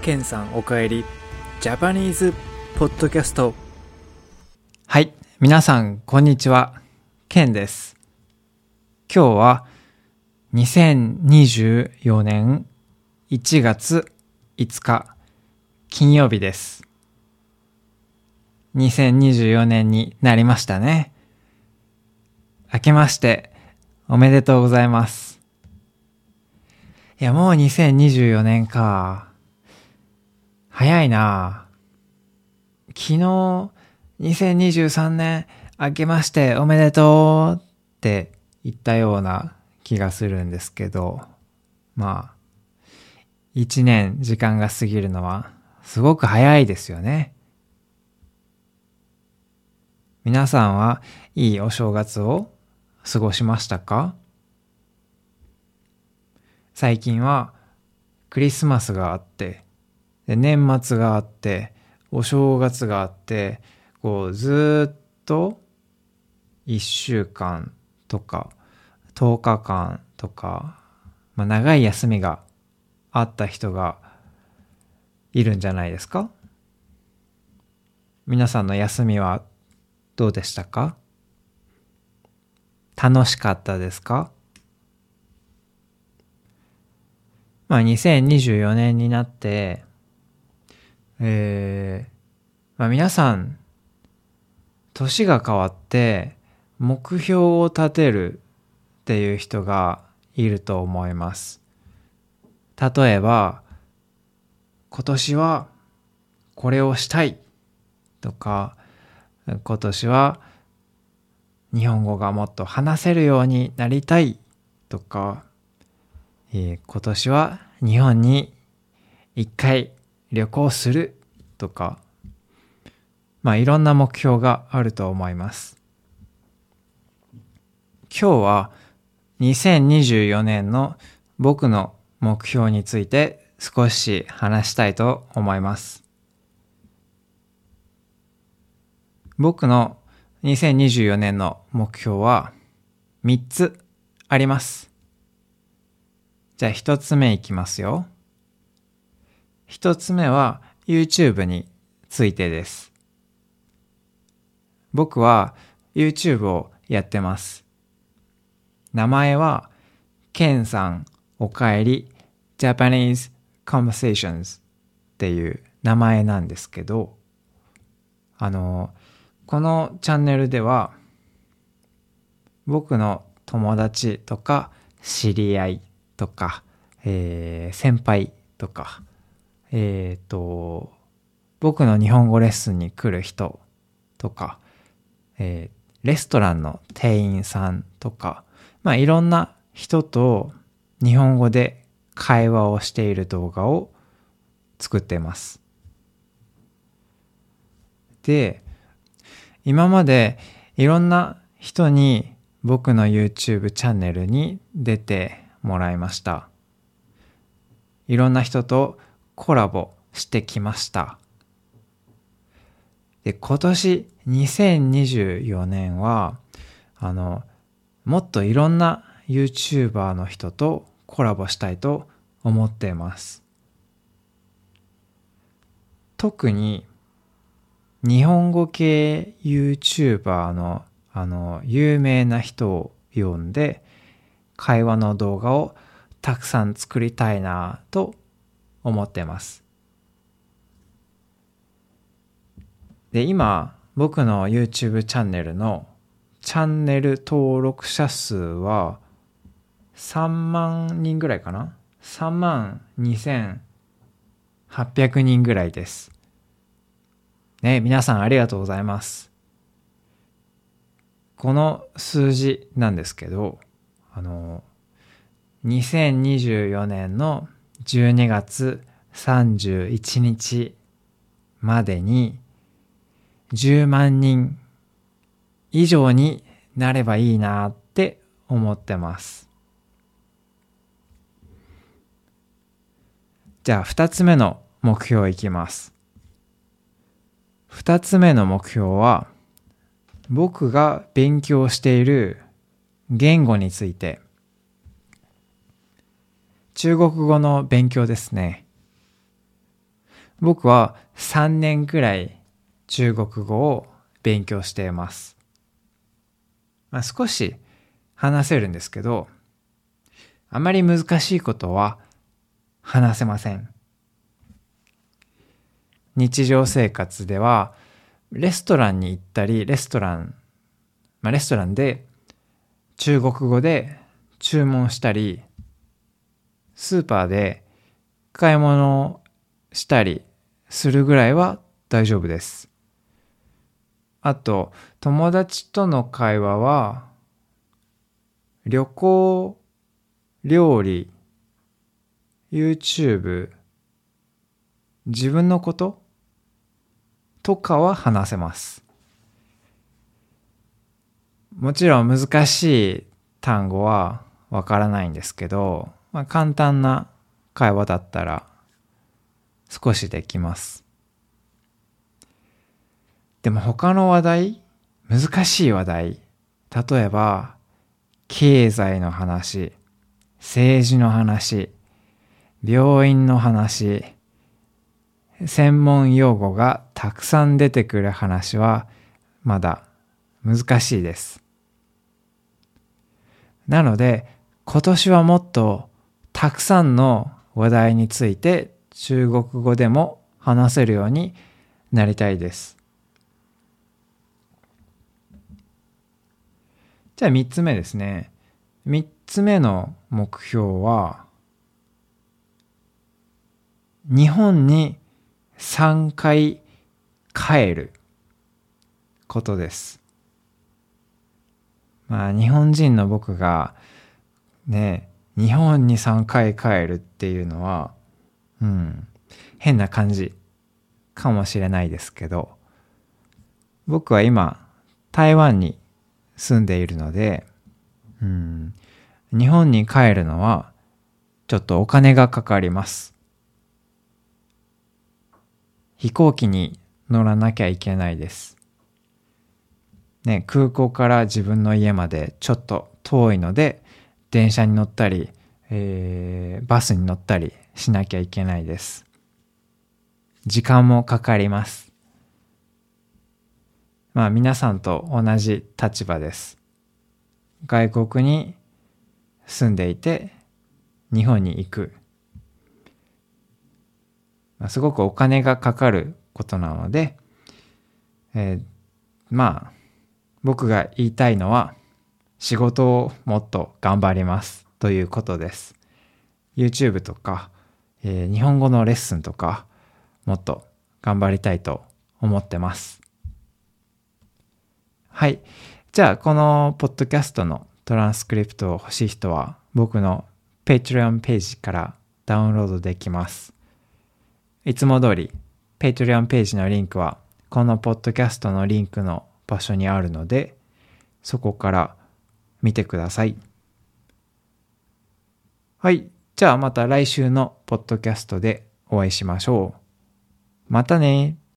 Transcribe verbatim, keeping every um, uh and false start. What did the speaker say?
ケンさんおかえりジャパニーズポッドキャスト。 はい、皆さんこんにちは、ケンです。今日はにせんにじゅうよねんいちがついつか金曜日です。にせんにじゅうよねんになりましたね。明けましておめでとうございます。いや、もうにせんにじゅうよねんか。早いな。昨日にせんにじゅうさんねん明けましておめでとうって言ったような気がするんですけど、まあ一年時間が過ぎるのはすごく早いですよね。皆さんはいいお正月を過ごしましたか？最近はクリスマスがあって、で年末があって、お正月があって、こうずっといっしゅうかんとかとおかかんとか、まあ、長い休みがあった人がいるんじゃないですか？皆さんの休みはどうでしたか？楽しかったですか？まあにせんにじゅうよねんになって、えーまあ、皆さん年が変わって目標を立てるっていう人がいると思います。例えば今年はこれをしたいとか、今年は日本語がもっと話せるようになりたいとか、えー、今年は日本に一回旅行するとか、まあいろんな目標があると思います。今日はにせんにじゅうよねんの僕の目標について少し話したいと思います。僕のにせんにじゅうよねんの目標はみっつあります。じゃあひとつめいきますよ。ひとつめは YouTube についてです。僕は YouTube をやってます。名前はケンさんおかえり Japanese Conversations っていう名前なんですけど、あのこのチャンネルでは僕の友達とか知り合いとか、えー、先輩とか、えーと僕の日本語レッスンに来る人とか、えー、レストランの店員さんとか、まあいろんな人と日本語で会話をしている動画を作っています。で、今までいろんな人に僕の YouTube チャンネルに出てもらいました。いろんな人とコラボしてきました。で、今年にせんにじゅうよねんはあのもっといろんな YouTuber の人とコラボしたいと思っています。特に日本語系 YouTuber のあの有名な人を呼んで会話の動画をたくさん作りたいなと思っています。で、今僕の YouTube チャンネルのチャンネル登録者数はさんまんにんぐらいかな？ さんまんにせんはっぴゃくにんぐらいです。ね、皆さんありがとうございます。この数字なんですけど、あの、にせんにじゅうよねんのじゅうにがつさんじゅういちにちまでにじゅうまんにん以上になればいいなって思ってます。じゃあ二つ目の目標いきます。二つ目の目標は僕が勉強している言語について、中国語の勉強ですね。 僕はさんねんくらい中国語を勉強しています。まあ、少し話せるんですけど、あまり難しいことは話せません。日常生活ではレストランに行ったり、レストラン、まあ、レストランで中国語で注文したり、スーパーで買い物をしたりするぐらいは大丈夫です。あと、友達との会話は、旅行、料理、YouTube、自分のこととかは話せます。もちろん難しい単語はわからないんですけど、まあ、簡単な会話だったら少しできます。でも他の話題、難しい話題、例えば経済の話、政治の話、病院の話、専門用語がたくさん出てくる話はまだ難しいです。なので今年はもっとたくさんの話題について中国語でも話せるようになりたいです。じゃあみっつめですね。みっつめの目標は、日本にさんかい帰ることです。まあ日本人の僕がね、日本にさんかい帰るっていうのは、うん、変な感じかもしれないですけど、僕は今台湾に住んでいるので、うん、日本に帰るのはちょっとお金がかかります。飛行機に乗らなきゃいけないです。ね、空港から自分の家までちょっと遠いので、電車に乗ったり、えー、バスに乗ったりしなきゃいけないです。時間もかかります。まあ皆さんと同じ立場です。外国に住んでいて日本に行く。まあ、すごくお金がかかることなので、えー、まあ僕が言いたいのは、仕事をもっと頑張りますということです。YouTube とか、えー、日本語のレッスンとかもっと頑張りたいと思ってます。はい。じゃあこのポッドキャストのトランスクリプトを欲しい人は僕の Patreon ページからダウンロードできます。いつも通り Patreon ページのリンクはこのポッドキャストのリンクの場所にあるので、そこから見てください。はい。じゃあまた来週のポッドキャストでお会いしましょう。またね。